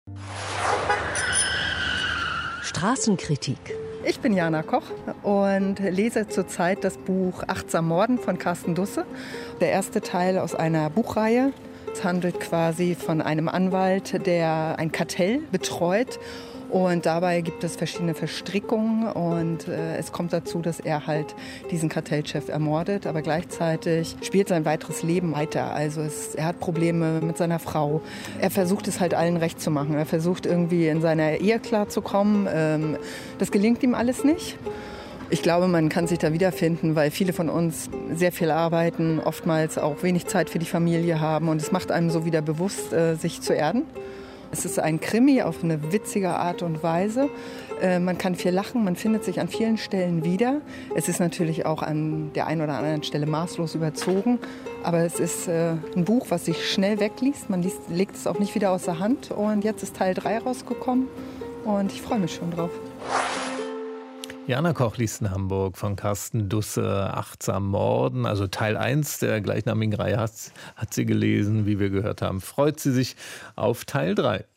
Straßenkritik. Ich bin Jana Koch und lese zurzeit das Buch Achtsam Morden von Carsten Dusse. Der erste Teil aus einer Buchreihe. Es handelt quasi von einem Anwalt, der ein Kartell betreut. Und dabei gibt es verschiedene Verstrickungen und es kommt dazu, dass er halt diesen Kartellchef ermordet, aber gleichzeitig spielt sein weiteres Leben weiter. Also er hat Probleme mit seiner Frau. Er versucht es halt allen recht zu machen. Er versucht irgendwie in seiner Ehe klarzukommen. Das gelingt ihm alles nicht. Ich glaube, man kann sich da wiederfinden, weil viele von uns sehr viel arbeiten, oftmals auch wenig Zeit für die Familie haben und es macht einem so wieder bewusst, sich zu erden. Es ist ein Krimi auf eine witzige Art und Weise. Man kann viel lachen, man findet sich an vielen Stellen wieder. Es ist natürlich auch an der einen oder anderen Stelle maßlos überzogen. Aber es ist ein Buch, was sich schnell wegliest. Man legt es auch nicht wieder aus der Hand. Und jetzt ist Teil 3 rausgekommen und ich freue mich schon drauf. Jana Koch liest in Hamburg von Carsten Dusse Achtsam Morden. Also Teil 1 der gleichnamigen Reihe hat sie gelesen, wie wir gehört haben. Freut sie sich auf Teil 3.